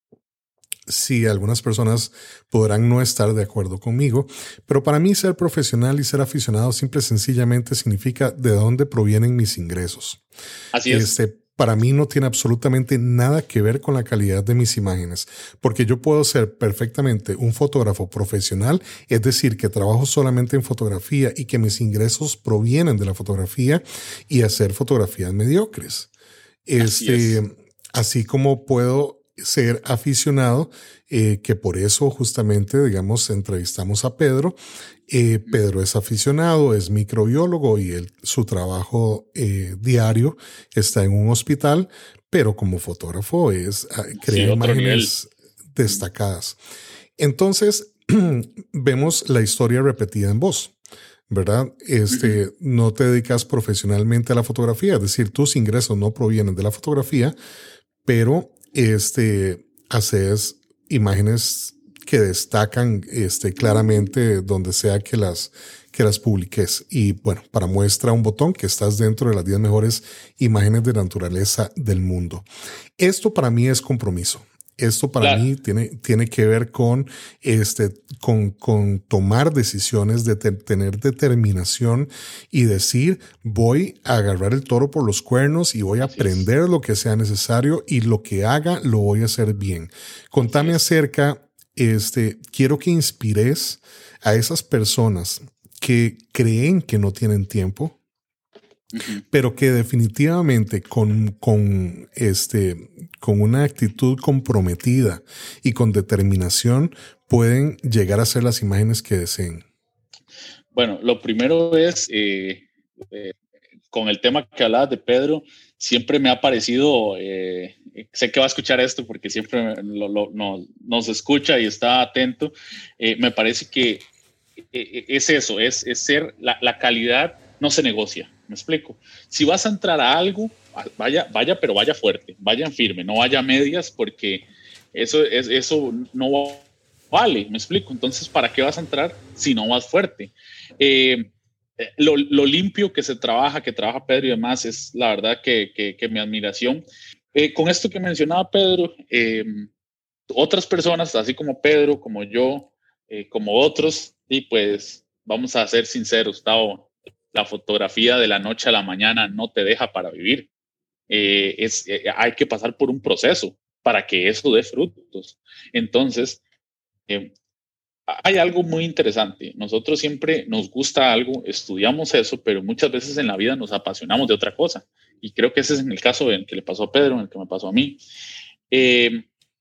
Sí, algunas personas podrán no estar de acuerdo conmigo, pero para mí ser profesional y ser aficionado simple y sencillamente significa de dónde provienen mis ingresos. Así es. Este, para mí no tiene absolutamente nada que ver con la calidad de mis imágenes, porque yo puedo ser perfectamente un fotógrafo profesional, es decir, que trabajo solamente en fotografía y que mis ingresos provienen de la fotografía y hacer fotografías mediocres. Así Este, es. Así como puedo ser aficionado, eh, que por eso justamente, digamos, entrevistamos a Pedro. Eh, Pedro es aficionado, es microbiólogo y él, su trabajo eh, diario está en un hospital, pero como fotógrafo es crea sí, imágenes nivel. destacadas. Entonces, vemos la historia repetida en vos. ¿Verdad? Este, uh-huh. No te dedicas profesionalmente a la fotografía, es decir, tus ingresos no provienen de la fotografía, pero este, haces imágenes que destacan este, claramente donde sea que las, que las publiques. Y bueno, para muestra un botón que estás dentro de las diez mejores imágenes de naturaleza del mundo. Esto para mí es compromiso. Esto para Claro. mí tiene, tiene que ver con, este, con, con tomar decisiones, de te, tener determinación y decir, voy a agarrar el toro por los cuernos y voy a Así aprender es. lo que sea necesario y lo que haga lo voy a hacer bien. Contame Así es. acerca, este, quiero que inspires a esas personas que creen que no tienen tiempo, Uh-huh. pero que definitivamente con, con, este, con una actitud comprometida y con determinación pueden llegar a hacer las imágenes que deseen. Bueno, lo primero es, eh, eh, con el tema que hablabas de Pedro, siempre me ha parecido, eh, sé que va a escuchar esto porque siempre lo, lo, no, nos escucha y está atento, eh, me parece que eh, es eso, es, es ser, la, la calidad no se negocia, me explico. Si vas a entrar a algo, vaya, vaya, pero vaya fuerte, vaya firme, no vaya a medias porque eso, es, eso no vale, me explico. Entonces, ¿para qué vas a entrar si no vas fuerte? Eh, lo, lo limpio que se trabaja, que trabaja Pedro y demás, es la verdad que, que, que mi admiración. Eh, con esto que mencionaba Pedro, eh, otras personas, así como Pedro, como yo, eh, como otros, y pues vamos a ser sinceros, Tao, la fotografía de la noche a la mañana no te deja para vivir. Eh, es, eh, hay que pasar por un proceso para que eso dé frutos. Entonces, eh, hay algo muy interesante. Nosotros siempre nos gusta algo, estudiamos eso, pero muchas veces en la vida nos apasionamos de otra cosa. Y creo que ese es en el caso en el que le pasó a Pedro, en el que me pasó a mí. Eh,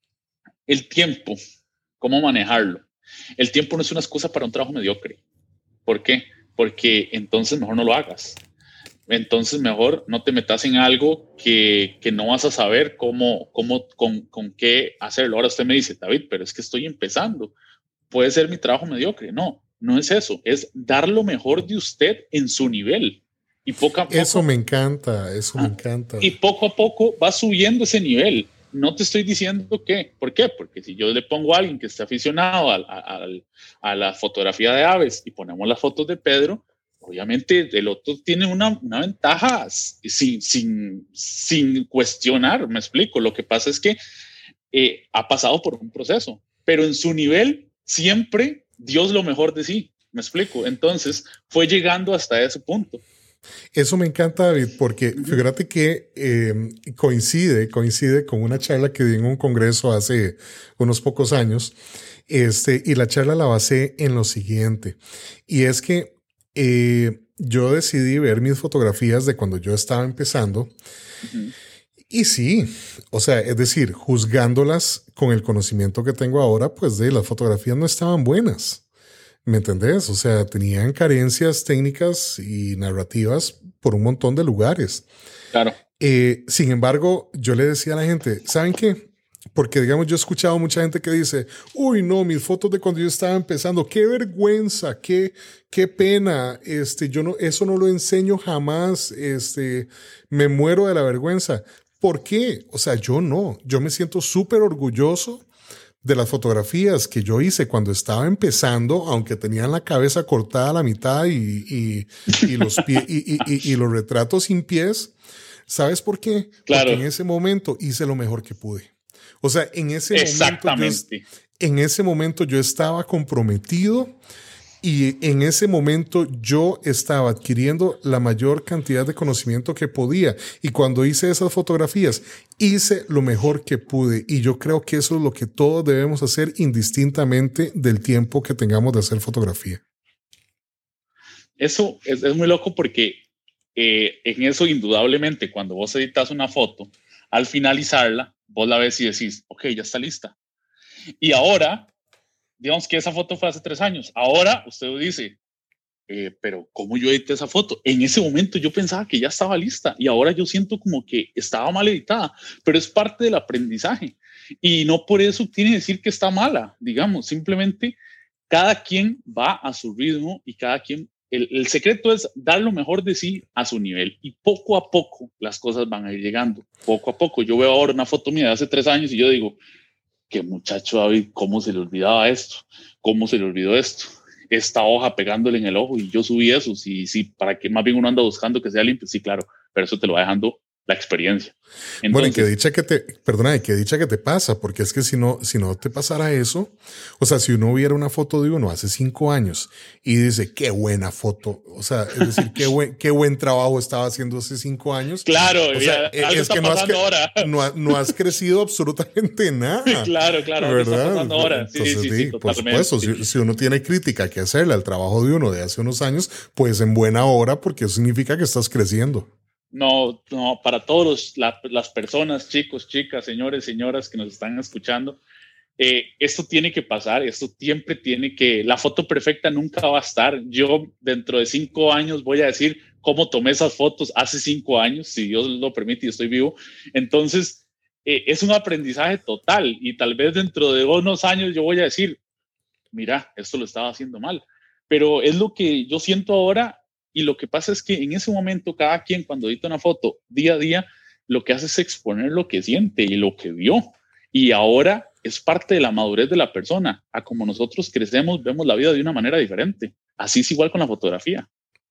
el tiempo, ¿cómo manejarlo? El tiempo no es una excusa para un trabajo mediocre. ¿Por qué? Porque entonces mejor no lo hagas. Entonces mejor no te metas en algo que, que no vas a saber cómo, cómo con, con qué hacerlo. Ahora usted me dice, David, pero es que estoy empezando. Puede ser mi trabajo mediocre. No, no es eso. Es dar lo mejor de usted en su nivel. Y poco a Eso poco, me encanta, eso me ah, encanta. y poco a poco va subiendo ese nivel. No te estoy diciendo qué. ¿Por qué? Porque si yo le pongo a alguien que está aficionado a, a, a, a la fotografía de aves y ponemos las fotos de Pedro, obviamente el otro tiene una, una ventaja sin, sin, sin cuestionar, me explico. Lo que pasa es que eh, ha pasado por un proceso, pero en su nivel siempre dio lo mejor de sí, me explico. Entonces fue llegando hasta ese punto. Eso me encanta, David, porque fíjate que eh, coincide, coincide con una charla que di en un congreso hace unos pocos años, este, y la charla la basé en lo siguiente, y es que eh, yo decidí ver mis fotografías de cuando yo estaba empezando, uh-huh. Y sí, o sea, es decir, juzgándolas con el conocimiento que tengo ahora, pues de las fotografías no estaban buenas. ¿Me entendés? O sea, tenían carencias técnicas y narrativas por un montón de lugares. Claro. Eh, sin embargo, yo le decía a la gente, ¿saben qué? Porque, digamos, yo he escuchado mucha gente que dice, uy, no, mis fotos de cuando yo estaba empezando, qué vergüenza, qué, qué pena, este, yo no, eso no lo enseño jamás, este, me muero de la vergüenza. ¿Por qué? O sea, yo no, yo me siento súper orgulloso de las fotografías que yo hice cuando estaba empezando, aunque tenían la cabeza cortada a la mitad y, y, y, los, pie, y, y, y, y los retratos sin pies. ¿Sabes por qué? Claro. Porque en ese momento hice lo mejor que pude. O sea, en ese momento yo, en ese momento yo estaba comprometido y en ese momento yo estaba adquiriendo la mayor cantidad de conocimiento que podía. Y cuando hice esas fotografías, hice lo mejor que pude. Y yo creo que eso es lo que todos debemos hacer indistintamente del tiempo que tengamos de hacer fotografía. Eso es, es muy loco porque eh, en eso indudablemente cuando vos editas una foto, al finalizarla, vos la ves y decís, ok, ya está lista. Y ahora, digamos que esa foto fue hace tres años. Ahora usted dice, eh, pero ¿cómo yo edité esa foto? En ese momento yo pensaba que ya estaba lista y ahora yo siento como que estaba mal editada, pero es parte del aprendizaje. Y no por eso tiene que decir que está mala, digamos, simplemente cada quien va a su ritmo y cada quien, el, el secreto es dar lo mejor de sí a su nivel y poco a poco las cosas van a ir llegando, poco a poco. Yo veo ahora una foto mía de hace tres años y yo digo, que muchacho David, ¿cómo se le olvidaba esto? ¿Cómo se le olvidó esto? Esta hoja pegándole en el ojo y yo subí eso. Sí, sí, para que más bien uno anda buscando que sea limpio. Sí, claro, pero eso te lo va dejando la experiencia. Entonces, bueno, y que dicha que te, perdona, y que dicha que te pasa, porque es que si no, si no te pasara eso, o sea, si uno viera una foto de uno hace cinco años y dice, qué buena foto, o sea, es decir, qué buen, qué buen trabajo estaba haciendo hace cinco años. Claro, o sea, ya, algo es está que no has, ahora. No, ha, no has crecido absolutamente nada. Claro, claro, algo está pasando ahora. Sí, Entonces, sí, sí, sí, sí, por supuesto, si, si uno tiene crítica que hacerle al trabajo de uno de hace unos años, pues en buena hora, porque eso significa que estás creciendo. No, no, para todos los, la, las personas, chicos, chicas, señores, señoras que nos están escuchando, eh, esto tiene que pasar, esto siempre tiene que, la foto perfecta nunca va a estar. Yo dentro de cinco años voy a decir cómo tomé esas fotos hace cinco años, si Dios lo permite y estoy vivo. Entonces, eh, es un aprendizaje total y tal vez dentro de unos años yo voy a decir, mira, esto lo estaba haciendo mal. Pero es lo que yo siento ahora. Y lo que pasa es que en ese momento, cada quien cuando edita una foto día a día, lo que hace es exponer lo que siente y lo que vio. Y ahora es parte de la madurez de la persona. A como nosotros crecemos, vemos la vida de una manera diferente. Así es igual con la fotografía.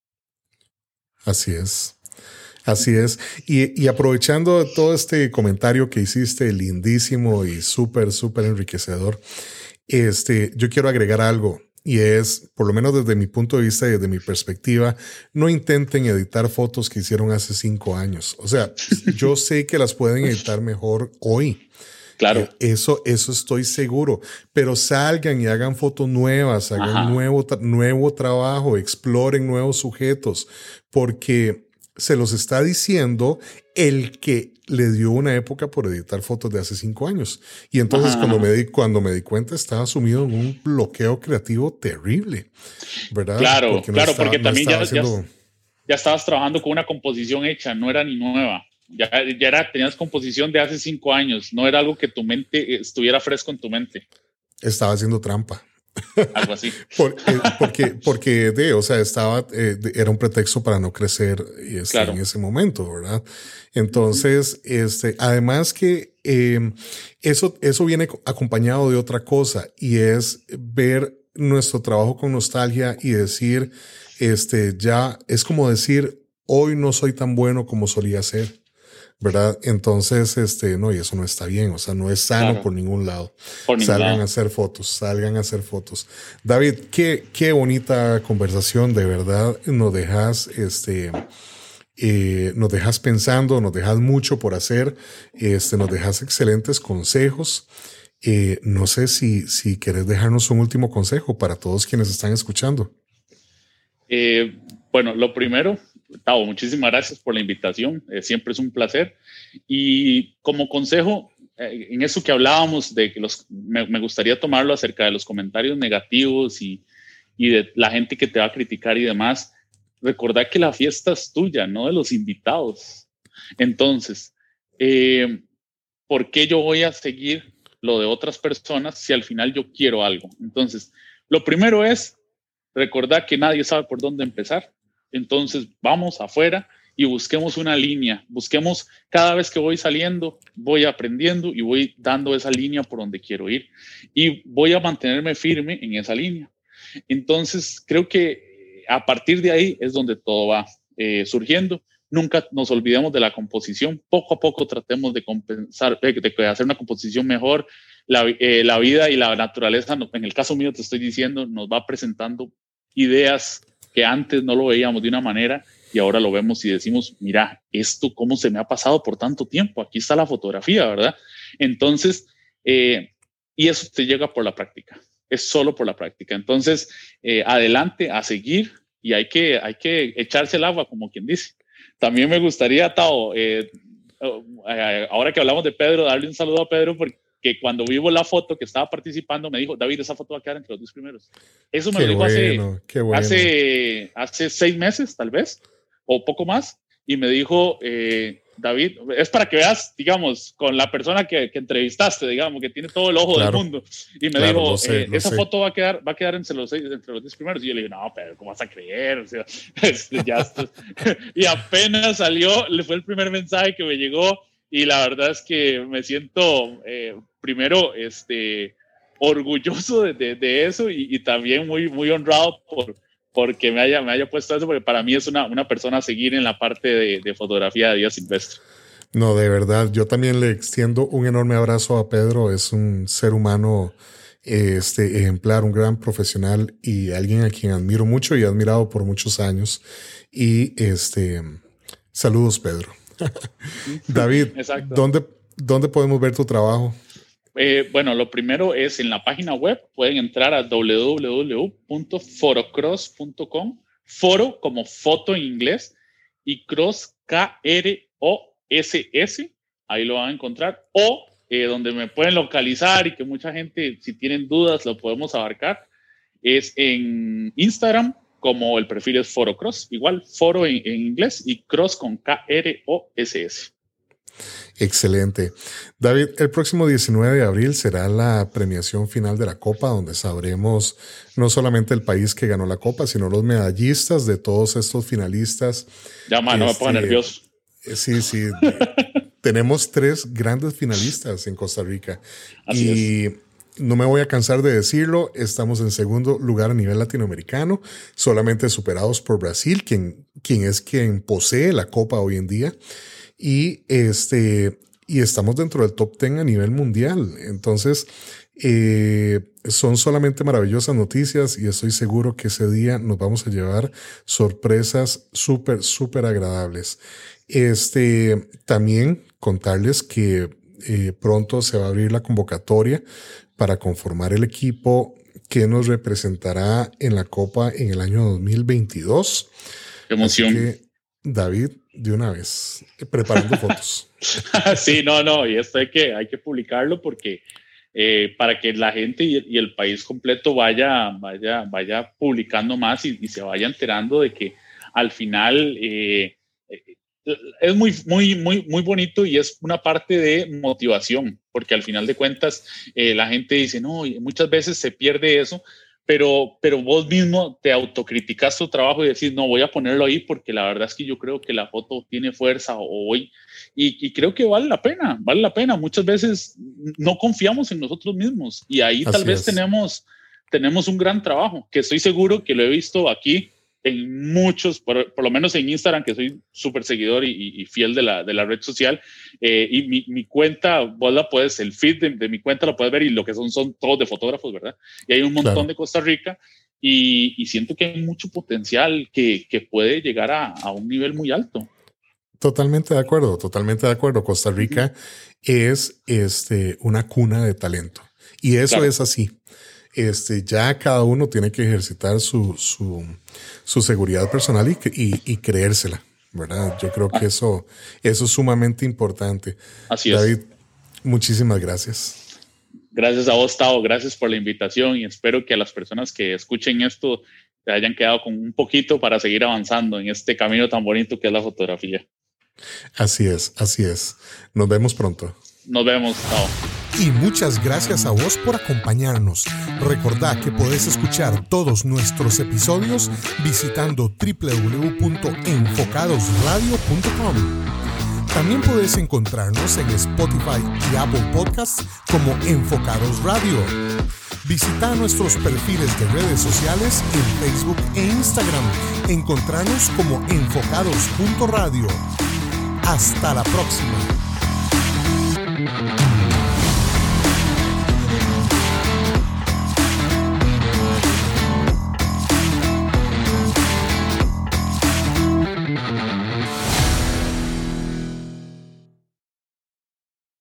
Así es. Así es. Y, y aprovechando todo este comentario que hiciste, lindísimo y súper, súper enriquecedor, este, yo quiero agregar algo. Y es, por lo menos desde mi punto de vista y desde mi perspectiva, no intenten editar fotos que hicieron hace cinco años. O sea, yo sé que las pueden editar mejor hoy. Claro. Eso, eso estoy seguro. Pero salgan y hagan fotos nuevas, hagan Ajá. nuevo, tra- nuevo trabajo, exploren nuevos sujetos, porque se los está diciendo el que le dio una época por editar fotos de hace cinco años. Y entonces Ajá. cuando me di, cuando me di cuenta estaba sumido en un bloqueo creativo terrible, ¿verdad? Claro, porque no claro, estaba, porque no también ya, haciendo... ya, ya estabas trabajando con una composición hecha, no era ni nueva. Ya, ya era, tenías composición de hace cinco años, no era algo que tu mente estuviera fresco en tu mente. Estaba haciendo trampa. Algo así. Por, eh, porque, porque de, o sea, estaba, eh, de, era un pretexto para no crecer este, claro. en ese momento, ¿verdad? Entonces, uh-huh. este, además que eh, eso, eso viene acompañado de otra cosa y es ver nuestro trabajo con nostalgia y decir, este, ya es como decir, hoy no soy tan bueno como solía ser. ¿Verdad? Entonces, este, no, y eso no está bien, o sea, no es sano claro. por ningún lado. Por ningún salgan lado. a hacer fotos, salgan a hacer fotos. David, qué, qué bonita conversación, de verdad, nos dejas, este, eh, nos dejas pensando, nos dejas mucho por hacer, este, nos dejas excelentes consejos. Eh, no sé si, si querés dejarnos un último consejo para todos quienes están escuchando. Eh, bueno, lo primero, Tavo, muchísimas gracias por la invitación. Eh, siempre es un placer. Y como consejo, eh, en eso que hablábamos, de que los, me, me gustaría tomarlo acerca de los comentarios negativos y, y de la gente que te va a criticar y demás. Recordad que la fiesta es tuya, no de los invitados. Entonces, eh, ¿por qué yo voy a seguir lo de otras personas si al final yo quiero algo? Entonces, lo primero es recordad que nadie sabe por dónde empezar. Entonces vamos afuera y busquemos una línea. Busquemos cada vez que voy saliendo, voy aprendiendo y voy dando esa línea por donde quiero ir. Y voy a mantenerme firme en esa línea. Entonces creo que a partir de ahí es donde todo va eh, surgiendo. Nunca nos olvidemos de la composición. Poco a poco tratemos de compensar, de, de hacer una composición mejor. La, eh, la vida y la naturaleza, en el caso mío te estoy diciendo, nos va presentando ideas que antes no lo veíamos de una manera y ahora lo vemos y decimos, mira, esto cómo se me ha pasado por tanto tiempo, aquí está la fotografía, ¿verdad? Entonces, eh, y eso te llega por la práctica, es solo por la práctica. Entonces, eh, adelante, a seguir y hay que, hay que echarse el agua, como quien dice. También me gustaría, Tao, eh, ahora que hablamos de Pedro, darle un saludo a Pedro porque que cuando vimos la foto que estaba participando me dijo, David, esa foto va a quedar entre los diez primeros. Eso me qué lo dijo bueno, hace, qué bueno. hace, hace seis meses, tal vez, o poco más, y me dijo, eh, David, es para que veas, digamos, con la persona que, que entrevistaste, digamos, que tiene todo el ojo claro, del mundo, y me claro, dijo, sé, eh, esa sé. foto va a quedar, va a quedar entre los seis, entre los diez primeros, y yo le dije, no, pero ¿cómo vas a creer? O sea, este, ya y apenas salió, le fue el primer mensaje que me llegó, y la verdad es que me siento... Eh, primero, este, orgulloso de, de, de eso y, y también muy, muy honrado por, porque me haya, me haya puesto eso, porque para mí es una, una persona a seguir en la parte de, de fotografía de vida silvestre. No, de verdad, yo también le extiendo un enorme abrazo a Pedro. Es un ser humano este, ejemplar, un gran profesional y alguien a quien admiro mucho y he admirado por muchos años. Y este, saludos, Pedro. David, ¿dónde, ¿dónde podemos ver tu trabajo? Eh, bueno, lo primero es en la página web. Pueden entrar a doble u doble u doble u punto forocross punto com. Foro como foto en inglés y cross, K R O S S, ahí lo van a encontrar, o eh, donde me pueden localizar y que mucha gente, si tienen dudas, lo podemos abarcar, es en Instagram, como el perfil es Forocross, igual, foro en, en inglés y cross con K R O S S. Excelente. David, el próximo diecinueve de abril será la premiación final de la Copa, donde sabremos no solamente el país que ganó la Copa, sino los medallistas de todos estos finalistas. Ya, man, no me pongo nervioso. Sí, sí. Tenemos tres grandes finalistas en Costa Rica. Así y es. No me voy a cansar de decirlo, estamos en segundo lugar a nivel latinoamericano, solamente superados por Brasil, quien, quien es quien posee la Copa hoy en día. Y, este, y estamos dentro del top diez a nivel mundial. Entonces, eh, son solamente maravillosas noticias y estoy seguro que ese día nos vamos a llevar sorpresas súper, súper agradables. Este, también contarles que eh, pronto se va a abrir la convocatoria para conformar el equipo que nos representará en la Copa en el año dos mil veintidós. ¡Qué emoción! Así que, David, de una vez, preparando fotos. Sí, no, no, y esto hay que, hay que publicarlo porque eh, para que la gente y, y el país completo vaya, vaya, vaya publicando más y, y se vaya enterando de que al final eh, es muy, muy, muy, muy bonito y es una parte de motivación, porque al final de cuentas eh, la gente dice, no, muchas veces se pierde eso, pero, pero vos mismo te autocriticas tu trabajo y decís, no, voy a ponerlo ahí porque la verdad es que yo creo que la foto tiene fuerza hoy y, y creo que vale la pena, vale la pena. Muchas veces no confiamos en nosotros mismos y ahí Así tal vez tenemos, tenemos un gran trabajo, que estoy seguro que lo he visto aquí en muchos, por, por lo menos en Instagram, que soy súper seguidor y, y fiel de la, de la red social, eh, y mi, mi cuenta, vos la puedes, el feed de, de mi cuenta lo puedes ver y lo que son son todos de fotógrafos, ¿verdad? Y hay un montón claro. de Costa Rica y, y siento que hay mucho potencial que, que puede llegar a, a un nivel muy alto. Totalmente de acuerdo, totalmente de acuerdo. Costa Rica uh-huh. es este, una cuna de talento y eso claro. es así. Este, ya cada uno tiene que ejercitar su, su, su seguridad personal y, y, y creérsela, ¿verdad? Yo creo que eso, eso es sumamente importante. Así David, es. David, muchísimas gracias. Gracias a vos, Tao. Gracias por la invitación y espero que a las personas que escuchen esto se hayan quedado con un poquito para seguir avanzando en este camino tan bonito que es la fotografía. Así es, así es. Nos vemos pronto. Nos vemos, Tao. Y muchas gracias a vos por acompañarnos. Recordá que podés escuchar todos nuestros episodios visitando doble u doble u doble u punto enfocados radio punto com. También podés encontrarnos en Spotify y Apple Podcasts como Enfocados Radio. Visita nuestros perfiles de redes sociales en Facebook e Instagram. Encontrarnos como enfocados punto radio. Hasta la próxima.